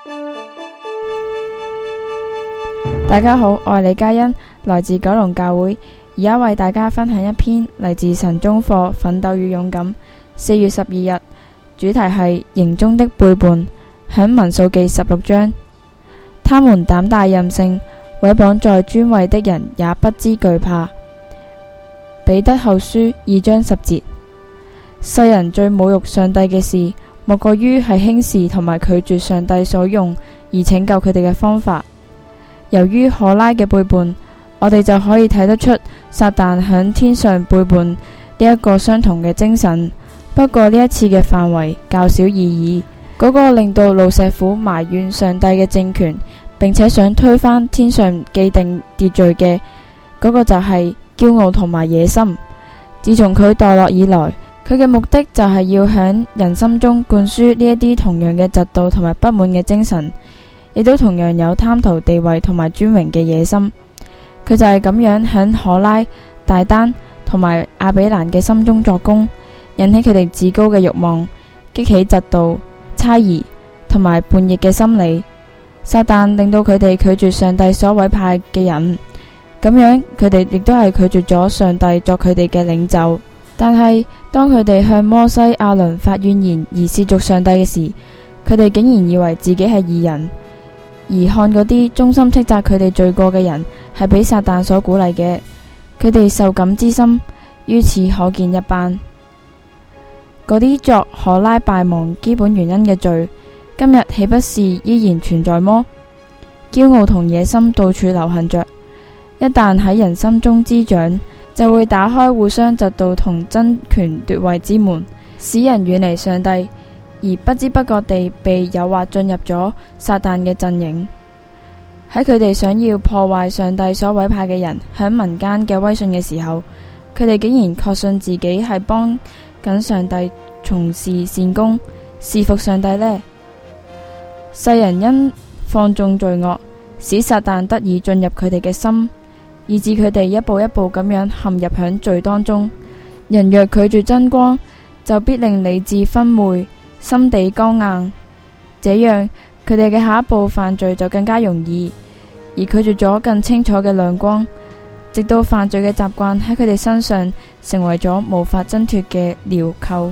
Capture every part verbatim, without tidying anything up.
大家好，我係李嘉欣，來自九龍教會，而家為大家分享一篇嚟自神中課《奮鬥與勇敢》四月十二日，主題係營中的背叛。響民數記十六章，他們膽大任性，毀謗在尊位的人也不知懼怕。彼得後書二章十節，世人最侮辱上帝嘅事，莫過於係輕視同埋拒絕上帝所用而拯救佢哋嘅方法。由於可拉嘅背叛，我哋就可以睇得出撒旦響天上背叛呢一個相同嘅精神，不過呢一次嘅範圍較小而已。嗰、那個令到路石虎埋怨上帝嘅政權，並且想推翻天上既定秩序嘅嗰、那個就係驕傲同埋野心。自從佢墮落以來，佢嘅目的就係要響人心中灌輸呢一啲同樣嘅嫉妒同埋不滿嘅精神，亦都同樣有貪圖地位同埋尊榮嘅野心。佢就係咁樣響可拉、大丹同埋亞比蘭嘅心中作工，引起佢哋自高嘅慾望，激起嫉妒、猜疑同埋叛逆嘅心理。撒旦令到佢哋拒絕上帝所委派嘅人，咁樣佢哋亦都係拒絕咗上帝作佢哋嘅領袖。但係當佢哋向摩西、亞倫發怨言而褻瀆上帝嘅時，佢哋竟然以為自己係義人，而看嗰啲忠心斥責佢哋罪過嘅人係俾撒旦所鼓勵嘅，佢哋受感之心於此可見一斑。嗰啲作可拉敗亡基本原因嘅罪，今日豈不是依然存在麼？驕傲同野心到處流行着，一旦喺人心中滋長，就會打開互相嫉妒同爭權奪位之門，使人遠離上帝，而不知不覺地被誘惑進入咗撒旦嘅陣營。喺佢哋想要破壞上帝所委派嘅人響民間嘅威信嘅時候，佢哋竟然確信自己係幫緊上帝從事善功，侍服上帝呢？世人因放縱罪惡，使撒旦得以進入佢哋嘅心，以致佢哋一步一步咁樣陷入響罪當中。人若拒絕真光，就必令理智昏昧，心地剛硬，這樣佢哋嘅下一步犯罪就更加容易，而拒絕咗更清楚嘅亮光，直到犯罪嘅習慣喺佢哋身上成為咗無法掙脫嘅鐐銬。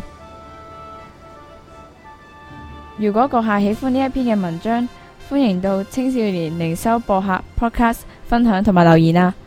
如果閣下喜歡呢一篇嘅文章，歡迎到青少年靈修博客 Podcast 分享同埋留言啊！